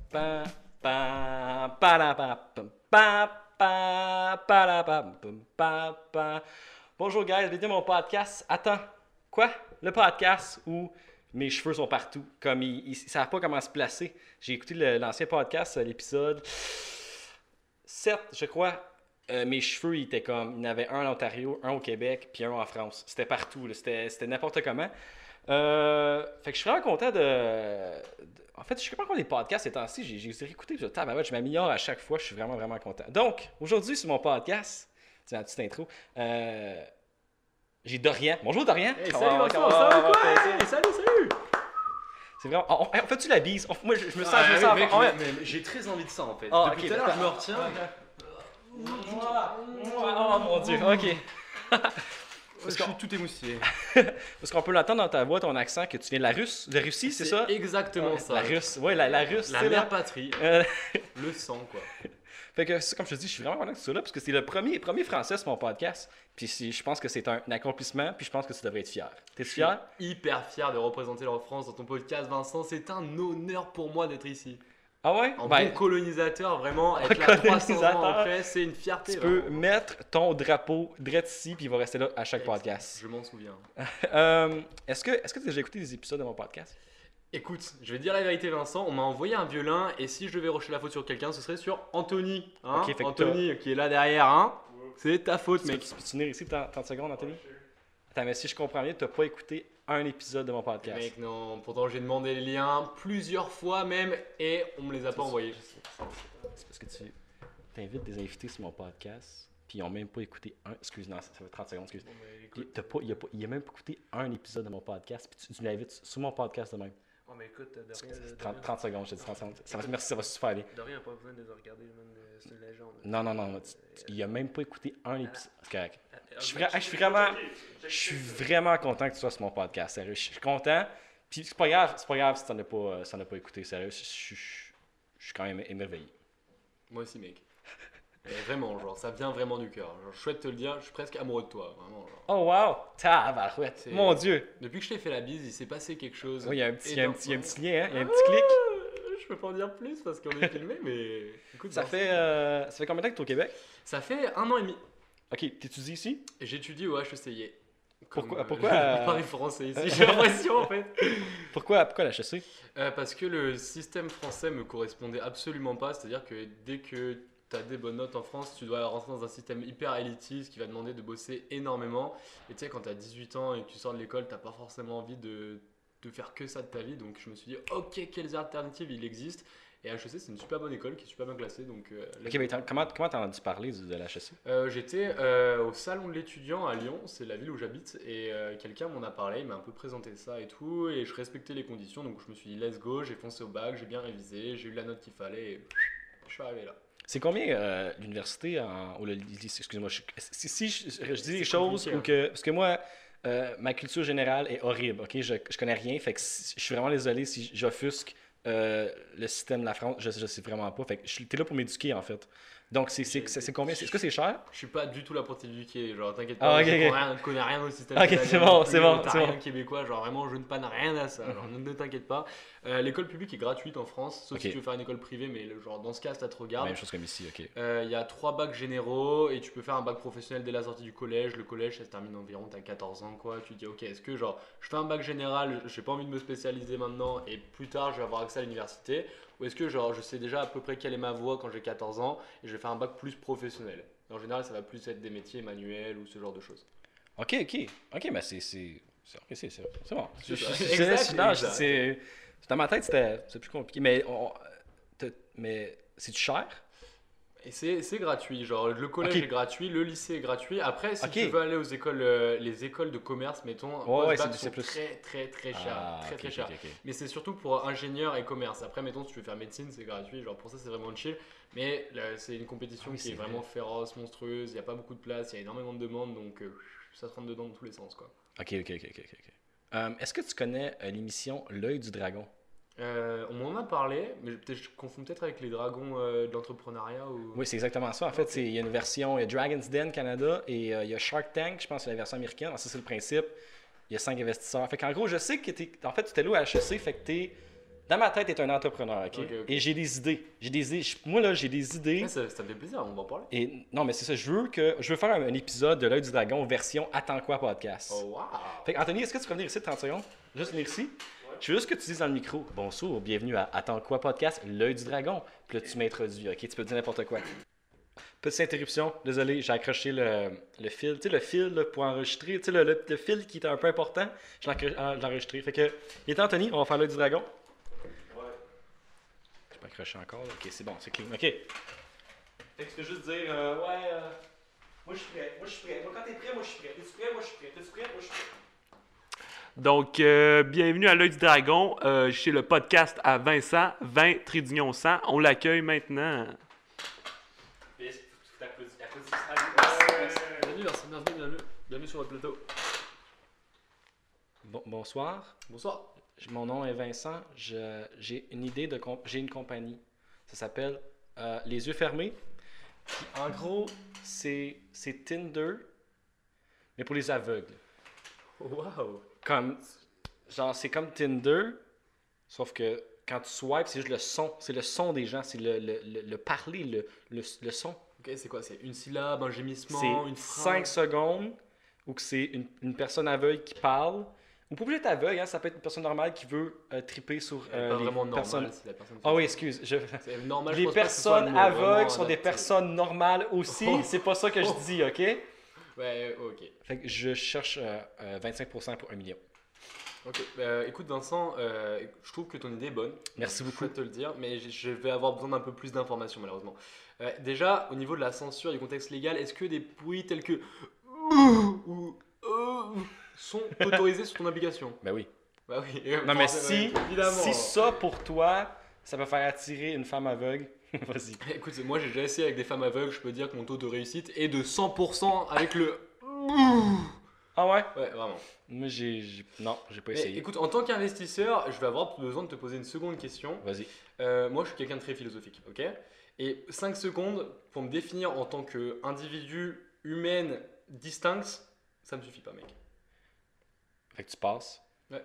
pa, pa, pa, pa, pa, pa, pa, pa, pa. Bonjour guys, bienvenue à mon podcast. Attends, quoi? Le podcast où mes cheveux sont partout, comme ils ne savent pas comment se placer. J'ai écouté l'ancien podcast, l'épisode 7, je crois. Mes cheveux, ils étaient comme, il y en avait un en Ontario, un au Québec, puis un en France. C'était partout, là. C'était n'importe comment. Fait que je suis vraiment content en fait, je suis content des podcasts ces temps-ci. J'ai réécouté, puis je m'améliore à chaque fois. Je suis vraiment, vraiment content. Donc, aujourd'hui, sur mon podcast, c'est ma petite intro, j'ai Dorian. Bonjour Dorian! Hey, salut Vincent, ça va quoi? Hey, salut! C'est vraiment... On fait-tu la bise? Moi, je me sens... Mec, j'ai très envie de ça en fait. Depuis tout à l'heure, je me retiens. Oh mon Dieu, ok. Je suis tout émoussé. Parce qu'on peut l'entendre dans ta voix, ton accent, que tu viens de Russie, c'est ça? Exactement ça. La Russe, ouais, la Russe. La mère patrie. Le sang, quoi. Fait que, comme je te dis, je suis vraiment content que tu sois là, parce que c'est le premier français sur mon podcast. Puis je pense que c'est un accomplissement, puis je pense que tu devrais être fier. T'es fier? Hyper fier de représenter la France dans ton podcast, Vincent. C'est un honneur pour moi d'être ici. Ah ouais? En bon colonisateur, vraiment, avec la 300 ans après, c'est une fierté. Tu peux mettre ton drapeau direct ici, puis il va rester là à chaque podcast. Je m'en souviens. Est-ce que tu as déjà écouté des épisodes de mon podcast? Écoute, je vais te dire la vérité, Vincent. On m'a envoyé un violin, et si je devais rejeter la faute sur quelqu'un, ce serait sur Anthony. Hein, okay, Anthony, qui est là derrière. Hein. C'est ta faute, mec. Tu peux venir ici 30 secondes, Anthony? Attends, mais si je comprends bien, tu n'as pas écouté un épisode de mon podcast. Mec, non. Pourtant, j'ai demandé les liens plusieurs fois même, et on me les a pas envoyés. C'est parce que tu invites des invités sur mon podcast, puis ils n'ont même pas écouté un... Excuse, non, ça fait 30 secondes, excuse. Bon, il n'a même pas écouté un épisode de mon podcast, puis tu l'invites sur mon podcast de même. Oh, mais écoute, Dorian. 30 secondes, je te dis 30 secondes. Merci, ça va super bien. Dorian n'a pas besoin de les regarder, c'est une légende. Non. Il n'a même pas écouté un épisode. C'est correct. Je suis vraiment content que tu sois sur mon podcast, sérieux. Je suis content. Puis c'est pas grave si tu n'en as pas écouté, sérieux. Je suis quand même émerveillé. Moi aussi, mec. Vraiment, genre, ça vient vraiment du cœur. Genre, je souhaite te le dire, je suis presque amoureux de toi, vraiment. Genre. Oh wow! Tabarouette! Mon Dieu! Depuis que je t'ai fait la bise, il s'est passé quelque chose. Oui, il y a un petit lien, hein? Il y a un petit clic. Je peux pas en dire plus parce qu'on est filmé, mais écoute. Ça fait combien de temps que tu es au Québec? Ça fait 1 an et demi. Ok, t'étudies ici? J'étudie au HECI. Pourquoi Je parle français ici, j'ai l'impression en fait. Pourquoi la HEC? Parce que le système français me correspondait absolument pas. C'est-à-dire que dès que tu as des bonnes notes en France, tu dois rentrer dans un système hyper élitiste qui va demander de bosser énormément. Et tu sais, quand tu as 18 ans et que tu sors de l'école, tu n'as pas forcément envie de faire que ça de ta vie. Donc je me suis dit, ok, quelles alternatives il existe? Et HEC, c'est une super bonne école qui est super bien classée. Donc, ok, mais comment t'as entendu parler de l'HEC? J'étais au salon de l'étudiant à Lyon, c'est la ville où j'habite, et quelqu'un m'en a parlé, il m'a un peu présenté ça et tout, et je respectais les conditions, donc je me suis dit let's go, j'ai foncé au bac, j'ai bien révisé, j'ai eu la note qu'il fallait, et je suis arrivé là. C'est combien l'université ou le lycée? Excuse-moi, si je dis des choses ou parce que moi, ma culture générale est horrible, ok? Je connais rien, fait que je suis vraiment désolé si j'offusque le système de la France, je sais vraiment pas. Fait que t'es là pour m'éduquer en fait. Donc c'est combien? Est-ce que c'est cher? Je suis pas du tout là pour t'éduquer, genre t'inquiète pas, je ne connais rien au système. Ok, c'est bon. Rien québécois, genre vraiment je ne panne rien à ça, genre ne t'inquiète pas. L'école publique est gratuite en France, sauf si tu veux faire une école privée, mais genre dans ce cas ça te regarde. Même chose comme ici, ok. Il y a 3 bacs généraux et tu peux faire un bac professionnel dès la sortie du collège. Le collège ça se termine environ, t'as 14 ans quoi. Tu te dis ok, est-ce que genre je fais un bac général, j'ai pas envie de me spécialiser maintenant et plus tard je vais avoir accès à l'université, ou est-ce que genre je sais déjà à peu près quelle est ma voie quand j'ai 14 ans et je vais faire un bac plus professionnel. En général ça va plus être des métiers manuels ou ce genre de choses. Ok, mais c'est bon. C'est dans ma tête c'est plus compliqué, mais c'est cher? Et c'est gratuit, genre le collège est gratuit, le lycée est gratuit. Après, si tu veux aller aux écoles, les écoles de commerce, mettons, sont plus... très cher, très cher. Mais c'est surtout pour ingénieur et commerce. Après, mettons, si tu veux faire médecine, c'est gratuit, genre pour ça c'est vraiment chill. Mais c'est une compétition qui est vraiment féroce, monstrueuse, il n'y a pas beaucoup de place, il y a énormément de demandes, donc ça se rentre dedans dans tous les sens, quoi. Ok. Est-ce que tu connais l'émission L'œil du dragon? On m'en a parlé, mais je confonds peut-être avec les dragons de l'entrepreneuriat. Oui, c'est exactement ça. En fait, il y a une version, il y a Dragon's Den Canada et il y a Shark Tank, je pense que c'est la version américaine. Ça, c'est le principe. Il y a 5 investisseurs. Fait qu'en gros, je sais que tu étais là à HEC, fait que Dans ma tête, t'es un entrepreneur, OK? Ok, ok. Et j'ai des idées. Moi, là, j'ai des idées. Ouais, ça me fait plaisir, on va en parler. Et non, mais c'est ça. Je veux faire un épisode de l'œil du dragon version Attends quoi podcast. Oh, wow! Fait que, Anthony, est-ce que tu peux venir ici 30 secondes? Juste venir ici. Je veux juste que tu dises dans le micro bonjour, bienvenue à Attends quoi podcast, l'œil du dragon. Puis là, tu m'introduis, OK? Tu peux dire n'importe quoi. Petite interruption, désolé, j'ai accroché le fil. Tu sais, le fil là, pour enregistrer, tu sais, le fil qui était un peu important, je l'ai enregistré. Fait que, il est Anthony, on va faire l'œil du dragon. Ouais. Je peux accrocher encore, là. Ok, c'est bon, c'est clean. Ok. Fait que tu peux juste dire, moi je suis prêt, Moi, quand t'es prêt, moi je suis prêt. T'es-tu prêt, moi je suis prêt. T'es-tu prêt, moi je suis prêt. Donc, bienvenue à l'œil du dragon, chez le podcast à Vincent, 20 Trédignon 100. On l'accueille maintenant. Bienvenue sur votre plateau. Bonsoir, Bonsoir. mon nom est Vincent. J'ai une idée j'ai une compagnie. Ça s'appelle Les Yeux Fermés. Puis, en gros, c'est Tinder, mais pour les aveugles. Wow! C'est comme Tinder, sauf que quand tu swipes, c'est juste le son. C'est le son des gens, c'est le parler, le son. Ok, c'est quoi? C'est une syllabe, un gémissement, C'est une phrase? 5 secondes ou que c'est une personne aveugle qui parle. Ou pas obligé d'être aveugle, hein, ça peut être une personne normale qui veut triper sur Pas les vraiment normal personnes. si la personne... Ah oui, excuse. C'est normal, je Les pense pas que ce soit le personnes mot, vraiment aveugles sont des adapté. personnes normales aussi. Oh. C'est pas ça que je Oh. dis, OK? Ouais, ok. Fait que je cherche 25% pour 1 million. Ok, écoute Vincent, je trouve que ton idée est bonne. Merci Je beaucoup. souhaite te le dire, mais je vais avoir besoin d'un peu plus d'informations malheureusement. Déjà, au niveau de la censure et du contexte légal, est-ce que des bruits tels que ou sont autorisés sur ton application? Ben oui. Bah oui. Non, mais évidemment. si ça pour toi, ça peut faire attirer une femme aveugle, vas-y. Écoute, moi j'ai déjà essayé avec des femmes aveugles, je peux dire que mon taux de réussite est de 100% avec le. Ah ouais? Ouais, vraiment. Moi, non, j'ai pas Mais essayé. écoute, en tant qu'investisseur, je vais avoir besoin de te poser une seconde question. Vas-y. Moi, je suis quelqu'un de très philosophique, ok? Et 5 secondes pour me définir en tant qu'individu humaine distincte, ça me suffit pas, mec. Fait que tu passes. Ouais.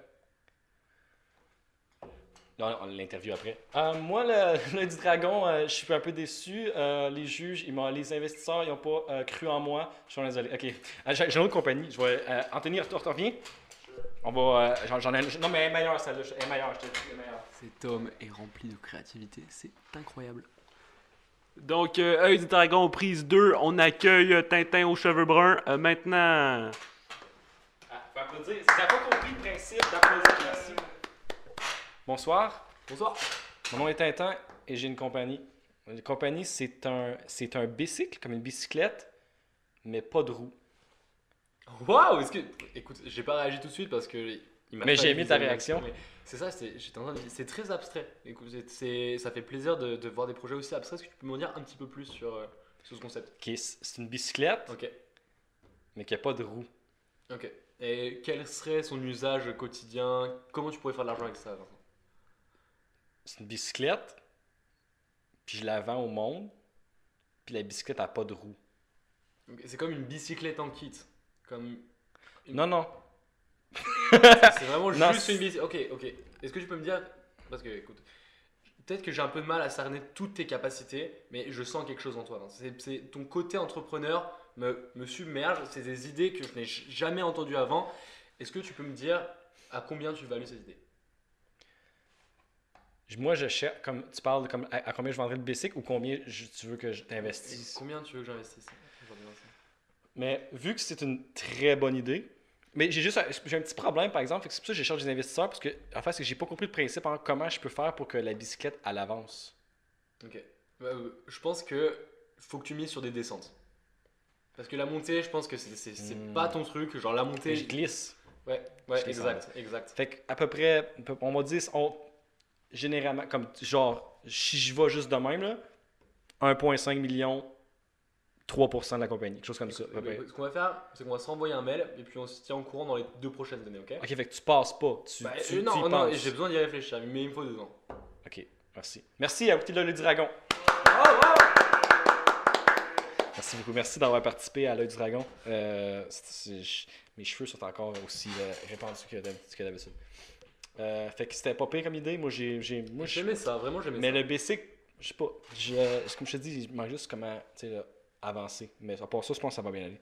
Non, on l'interview après. Moi, l'œil du dragon, je suis un peu déçu. Les juges, les investisseurs, ils n'ont pas cru en moi. Je suis désolé. OK. J'ai une autre compagnie. Anthony, tu reviens? On va... j'en ai... Non, mais elle est meilleure, celle-là. Elle est meilleure, je te dis. Elle est meilleure. Cet homme est rempli de créativité, c'est incroyable. Donc, œil du dragon, prise 2, on accueille Tintin aux cheveux bruns. Maintenant, Faut applaudir. Si t'as pas compris le principe d'applaudir, merci. Bonsoir. Bonsoir. Mon nom est Tintin et j'ai une compagnie. Une compagnie, c'est un bicycle, comme une bicyclette, mais pas de roues. Waouh, est-ce que. Écoute, j'ai pas réagi tout de suite parce que. Il m'a Mais fallu j'ai aimé ta visualiser. réaction. Mais c'est ça, j'étais en train de dire, c'est très abstrait. Écoute, ça fait plaisir de voir des projets aussi abstraits. Est-ce que tu peux m'en dire un petit peu plus sur ce concept? Ok, c'est une bicyclette, Ok, mais qui n'a pas de roues. ok. Et quel serait son usage quotidien? Comment tu pourrais faire de l'argent avec ça, Vincent? C'est une bicyclette, puis je la vends au monde, puis la bicyclette n'a pas de roues. Ok, c'est comme une bicyclette en kit. Comme. Non. C'est vraiment Non, juste une bicyclette. Ok. Est-ce que tu peux me dire. Parce que, écoute, peut-être que j'ai un peu de mal à cerner toutes tes capacités, mais je sens quelque chose en toi. C'est ton côté entrepreneur me submerge. C'est des idées que je n'ai jamais entendues avant. Est-ce que tu peux me dire à combien tu values ces idées? Moi, je cherche, comme tu parles, comme à combien je vendrais le bicycle ou combien tu veux que je Et t'investisse. combien tu veux que j'investisse aujourd'hui, Vincent? Mais vu que c'est une très bonne idée, mais j'ai un petit problème par exemple, fait que c'est pour ça que je cherche des investisseurs parce que en fait, c'est que j'ai pas compris le principe en comment je peux faire pour que la bicyclette elle avance. Ok. Je pense que faut que tu mises sur des descentes. Parce que la montée, je pense que c'est pas ton truc. Genre la montée. Je glisse. Ouais, je descends. exact. Fait qu'à peu près, on va dire, généralement, comme genre, si je vais juste de même, là, 1,5 million, 3% de la compagnie, quelque chose comme ça. à peu près. Ce qu'on va faire, c'est qu'on va se renvoyer un mail et puis on se tient au courant dans les 2 prochaines années, ok? Ok, fait que tu passes pas, tu y non, penses. j'ai besoin d'y réfléchir, mais il me faut 2 ans. Ok, merci. Merci à écouter l'œil du dragon. Merci beaucoup. Merci d'avoir participé à l'œil du dragon. Mes cheveux sont encore aussi répandus que d'habitude. Fait que c'était pas pire comme idée. Moi, moi, J'aimais ça, vraiment j'aimais mais ça. le basic, je sais pas. Comme je te dis, il manque juste comment tu sais, là, avancer. Mais à part ça, je pense que ça va bien aller.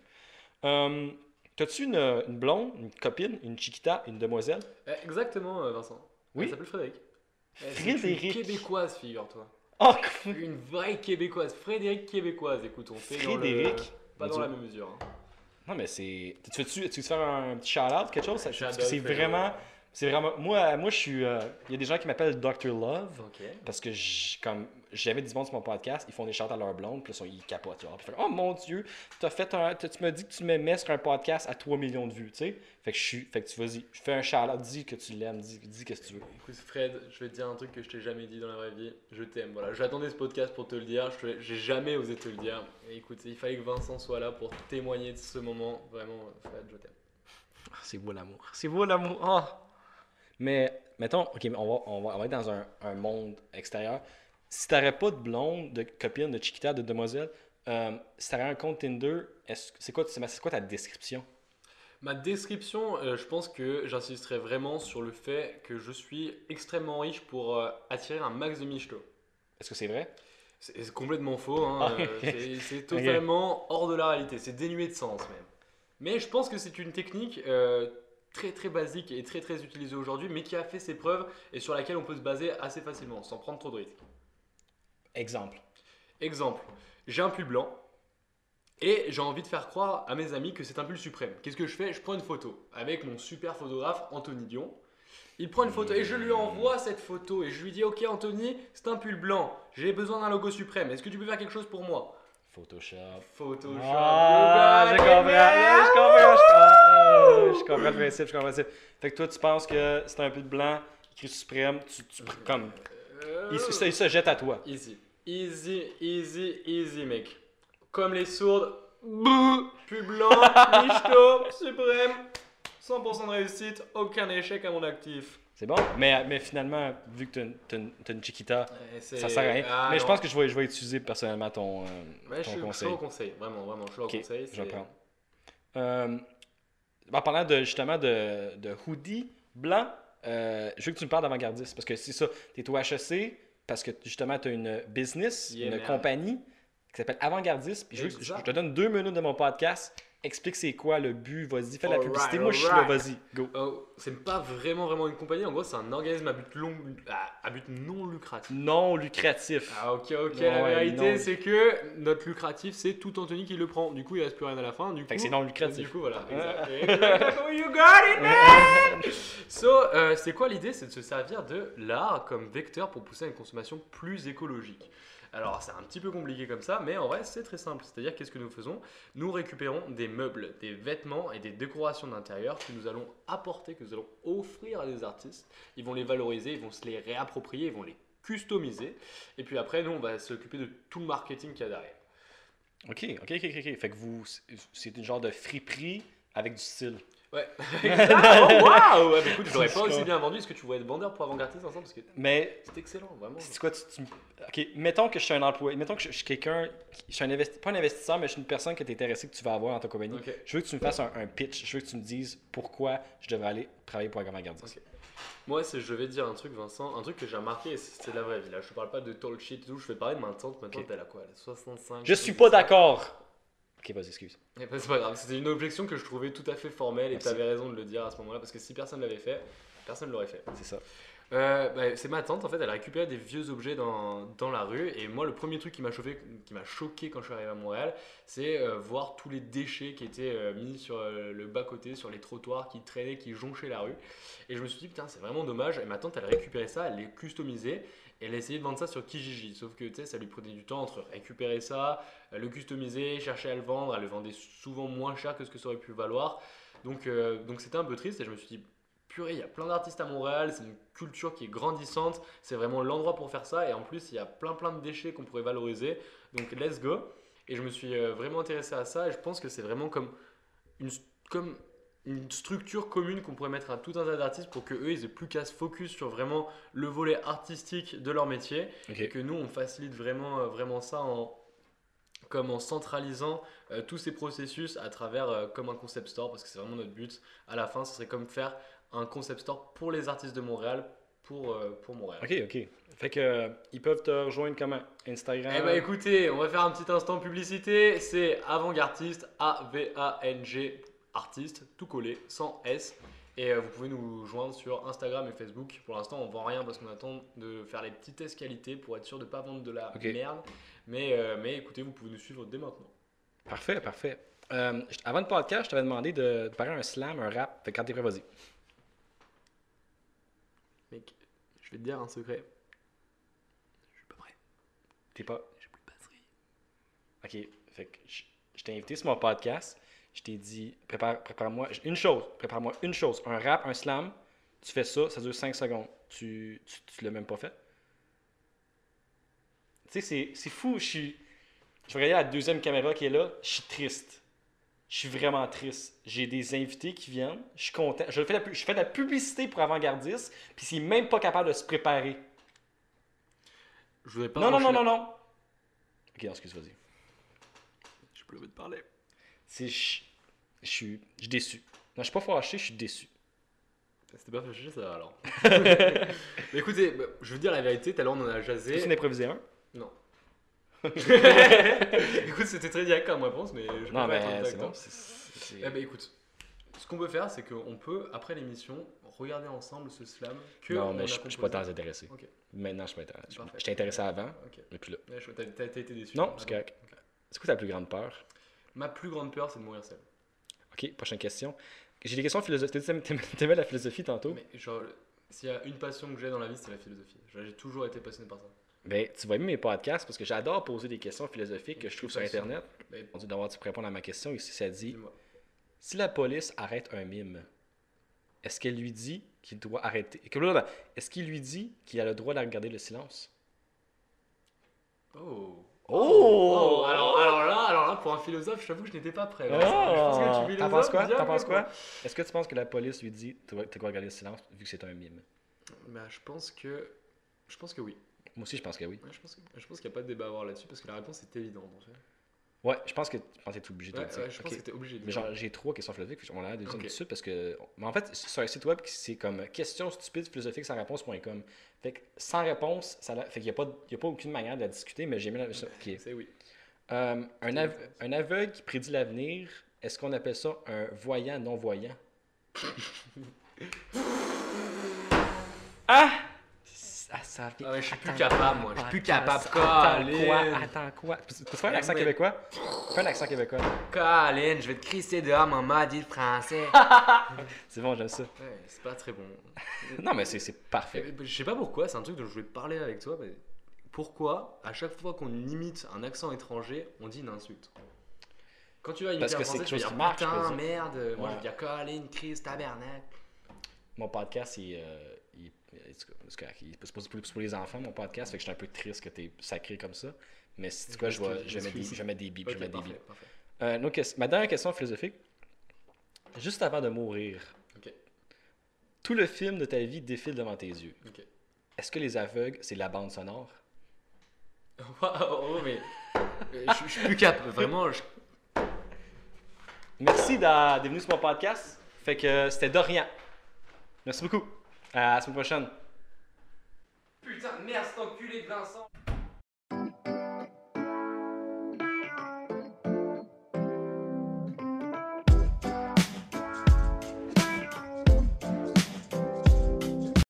T'as-tu une blonde, une copine, une chiquita, une demoiselle? Exactement, Vincent. Oui? Elle s'appelle Frédéric. C'est Frédéric. une québécoise, figure-toi. Oh, Une vraie québécoise. Frédéric québécoise, écoute, on fait dans le... Frédéric. Pas Mon dans la Dieu. même mesure. Hein. Non, mais c'est. Tu veux faire un petit shout-out, quelque chose? Parce que J'adore c'est Frédéric. vraiment. C'est vraiment. Moi je suis. Il y a des gens qui m'appellent Dr. Love. Ok. Parce que comme j'avais du monde sur mon podcast, ils font des shout à leur blonde, puis là, ils capotent. Genre, puis ils font, oh mon Dieu, tu m'as dit que tu m'aimais sur un podcast à 3 millions de vues, tu sais. Fait que tu vas-y, je fais un shout-out, dis que tu l'aimes, dis qu'est-ce que tu veux. Écoute Fred, je vais te dire un truc que je t'ai jamais dit dans la vraie vie. Je t'aime. Voilà, j'attendais ce podcast pour te le dire. J'ai jamais osé te le dire. Et écoute, il fallait que Vincent soit là pour témoigner de ce moment. Vraiment, Fred, je t'aime. Ah, c'est beau l'amour. C'est beau l'amour. Ah. Mais, mettons, ok, on va être dans un monde extérieur. Si t'aurais pas de blonde, de copine, de chiquita, de demoiselle, si t'aurais un compte Tinder, c'est quoi ta description? Ma description, je pense que j'insisterai vraiment sur le fait que je suis extrêmement riche pour attirer un max de michto. Est-ce que c'est vrai? C'est complètement faux, hein, Ah, ok. c'est totalement hors de la réalité, c'est dénué de sens même. Mais je pense que c'est une technique très très basique et très très utilisée aujourd'hui, mais qui a fait ses preuves et sur laquelle on peut se baser assez facilement, sans prendre trop de risques. Exemple. Exemple, j'ai un pull blanc et j'ai envie de faire croire à mes amis que c'est un pull suprême. Qu'est-ce que je fais? Je prends une photo avec mon super photographe Anthony Dion. Il prend une photo et je lui envoie cette photo et je lui dis ok Anthony, c'est un pull blanc, j'ai besoin d'un logo suprême, est-ce que tu peux faire quelque chose pour moi? Photoshop. Photoshop, Ah, you je got comprends. it, man. Je comprends le principe, je comprends le principe. Fait que toi, tu penses que c'est un peu de blanc, écrit suprême, comme. Il se jette à toi. Easy, easy, easy, easy mec. Comme les sourdes, bouh, pull blanc, michto, suprême, 100% de réussite, aucun échec à mon actif. C'est bon? Mais finalement, vu que t'as une chiquita, ça sert à rien. Ah, mais je non. pense que je vais utiliser personnellement ton Ouais, je conseil. le conseille, vraiment, vraiment, je le Ok, conseille. je prends. En parlant justement de hoodie blanc, je veux que tu me parles d'avant-gardiste. Parce que c'est ça, tu es au HEC, parce que justement, tu as une business, Yeah, une man. compagnie qui s'appelle Avant-Gardiste. Puis je Exact. te donne 2 minutes de mon podcast. Explique c'est quoi le but, vas-y, fais la Alright, publicité. Moi, je suis là, alright. vas-y, go. C'est pas vraiment une compagnie, en gros, c'est un organisme à but non lucratif. Non lucratif. Ah ok, Non, la ouais, vérité non. c'est que notre lucratif c'est tout Anthony qui le prend, du coup il reste plus rien à la fin, du Fait coup... que c'est non lucratif. Du coup voilà, exactement, you got it man. So, c'est quoi l'idée? C'est de se servir de l'art comme vecteur pour pousser à une consommation plus écologique. Alors c'est un petit peu compliqué comme ça, mais en vrai c'est très simple. C'est-à-dire qu'est-ce que nous faisons? Nous récupérons des meubles, des vêtements et des décorations d'intérieur que nous allons apporter, que nous allons offrir à des artistes. Ils vont les valoriser, ils vont se les réapproprier, ils vont les customiser. Et puis après, nous on va s'occuper de tout le marketing qu'il y a derrière. Ok. Fait que c'est une genre de friperie avec du style. Ouais, exact. Oh waouh! Ouais, bah, écoute, je l'aurais pas Je aussi comprends. bien vendu. Est-ce que tu voulais être vendeur pour avant-gardiste ensemble? Parce que Mais c'est excellent, vraiment. c'est quoi, ok, mettons que je suis un employé, mettons que je suis quelqu'un, je suis pas un investisseur, mais je suis une personne que tu es intéressé, que tu vas avoir dans ta compagnie. Ok. Je veux que tu me fasses un pitch, je veux que tu me dises pourquoi je devrais aller travailler pour Avant-Gardiste. Ok. Moi, je vais te dire un truc, Vincent, un truc que j'ai remarqué, et c'est de la vraie vie. Là, je te parle pas de talk shit et tout, je vais parler de ma tante. Maintenant, Ok. t'es à quoi? Elle a 65. Je suis pas d'accord. Ok, vas-y, excuse. Eh ben, c'est pas grave, c'était une objection que je trouvais tout à fait formelle et Merci. tu avais raison de le dire à ce moment-là parce que si personne l'avait fait, personne l'aurait fait. C'est ça. C'est ma tante en fait, elle a récupéré des vieux objets dans la rue et moi le premier truc qui m'a choqué quand je suis arrivé à Montréal, c'est voir tous les déchets qui étaient mis sur le bas-côté, sur les trottoirs, qui traînaient, qui jonchaient la rue. Et je me suis dit putain c'est vraiment dommage, et ma tante elle a récupéré ça, elle l'a customisé. Et elle a essayé de vendre ça sur Kijiji, sauf que tu sais, ça lui prenait du temps entre récupérer ça, le customiser, chercher à le vendre. Elle le vendait souvent moins cher que ce que ça aurait pu valoir. Donc c'était un peu triste et je me suis dit, purée, il y a plein d'artistes à Montréal, c'est une culture qui est grandissante, c'est vraiment l'endroit pour faire ça. Et en plus, il y a plein de déchets qu'on pourrait valoriser. Donc let's go. Et je me suis vraiment intéressé à ça et je pense que c'est vraiment comme une structure commune qu'on pourrait mettre à tout un tas d'artistes pour que eux ils aient plus qu'à se focus sur vraiment le volet artistique de leur métier Ok. et que nous on facilite vraiment ça comme en centralisant tous ces processus à travers comme un concept store, parce que c'est vraiment notre but. À la fin, ce serait comme faire un concept store pour les artistes de Montréal, pour Montréal. Ok. Fait que ils peuvent te rejoindre comment? Instagram? Eh ben écoutez, on va faire un petit instant publicité. C'est Avangartiste, A-V-A-N-G, artiste, tout collé, sans S. Et vous pouvez nous joindre sur Instagram et Facebook. Pour l'instant, on vend rien parce qu'on attend de faire les petits tests qualité pour être sûr de ne pas vendre de la merde. Mais écoutez, vous pouvez nous suivre dès maintenant. Parfait. Avant le podcast, je t'avais demandé de préparer un slam, un rap. Fait que quand t'es prêt, vas-y. Mec, je vais te dire un secret. Je suis pas prêt. T'es pas? J'ai plus de batterie. Ok. Fait que je t'ai invité sur mon podcast. Je t'ai dit, prépare-moi une chose, un rap, un slam. Tu fais ça, ça dure 5 secondes. Tu l'as même pas fait. Tu sais, c'est fou. Je regarde la deuxième caméra qui est là. Je suis triste. Je suis vraiment triste. J'ai des invités qui viennent. Je suis content. Je fais de la publicité pour Avant-Gardiste. Puis il n'est même pas capable de se préparer. Je voudrais pas. Non. Ok, excuse, vas-y. J'ai plus envie de parler. Je suis déçu. Non, je suis pas fâché, je suis déçu. C'était pas fâché ça alors. Mais écoutez, je veux dire la vérité, tout à l'heure on en a jasé. Tu en as improvisé un? Non. Écoute, c'était très direct comme réponse, mais je peux Non, pas être en mais contact, c'est bon. hein. Eh ben écoute, ce qu'on peut faire, c'est qu'on peut, après l'émission, regarder ensemble ce slam que Non, on mais a je suis composé. pas tant intéressé. Ok. Maintenant, je suis pas intéressé. Parfait. J'étais intéressé avant, Ok. mais plus là. Ouais, t'as été déçu. Non, Ah c'est bon. correct. Ok. C'est quoi ta plus grande peur? Ma plus grande peur, c'est de mourir seul. Ok, prochaine question. J'ai des questions philosophiques. T'aimais la philosophie tantôt? Mais genre, s'il y a une passion que j'ai dans la vie, c'est la philosophie. Genre, j'ai toujours été passionné par ça. Ben, tu vas aimer mes podcasts parce que j'adore poser des questions philosophiques que je trouve sur Internet. Mais On dit d'avoir tu peux répondre à ma question. Ici, ça dit dis-moi. si la police arrête un mime, est-ce qu'elle lui dit qu'il doit arrêter? Est-ce qu'il lui dit qu'il a le droit de garder le silence? Oh. Oh! Alors là, pour un philosophe, je t'avoue que je n'étais pas prêt. Je pense que tu T'en penses quoi? bien T'en penses mieux, quoi? Est-ce que tu penses que la police lui dit tu dois garder le silence vu que c'est un mime? Bah, je pense que oui. Moi aussi, je pense que oui. Ouais, je pense qu'il n'y a pas de débat à avoir là-dessus parce que la réponse est évidente. En fait. Ouais, je pense que tu es obligé de le dire. Je pense que t'es obligé de Mais dire. genre, j'ai 3 questions philosophiques, on a deux Ok. tout de suite parce que. Mais en fait, sur un site web, c'est comme questions stupides philosophiques sans réponse.com. Fait que sans réponse, fait qu'il n'y a pas aucune manière de la discuter, mais j'ai mis la. Ok. C'est oui. Un aveugle qui prédit l'avenir, est-ce qu'on appelle ça un voyant non-voyant? Ah! Ça vient. Ah ouais, je suis plus Attends, capable, moi. Je suis plus capable. Attends quoi? Tu peux faire un accent québécois? Fais un accent québécois. Colin, je vais te crisser dehors, mon maudit français. C'est bon, j'aime ça. Ouais, c'est pas très bon. Non, mais c'est parfait. Je sais pas pourquoi, c'est un truc dont je voulais te parler avec toi. Mais pourquoi, à chaque fois qu'on imite un accent étranger, on dit une insulte? Quand tu vas imiter Parce que un c'est français, quelque tu vas chose dire qui marche, je putain, peux dire. merde. Moi, Ouais. je vais dire Colin, Chris, tabernacle. Mon podcast, c'est pour les enfants, mon podcast, fait que je suis un peu triste que t'es sacré comme ça. Mais si tu quoi, je vais mettre des bips. Ok, parfait, parfait. Ma dernière question philosophique. Juste avant de mourir, Ok. tout le film de ta vie défile devant tes yeux. Ok. Est-ce que Les Aveugles, c'est la bande sonore? Oh, mais je suis plus capable. Vraiment, Merci d'être venu sur mon podcast. Fait que c'était Dorian. Merci beaucoup. À la semaine prochaine. putain de merde, cet enculé de Vincent.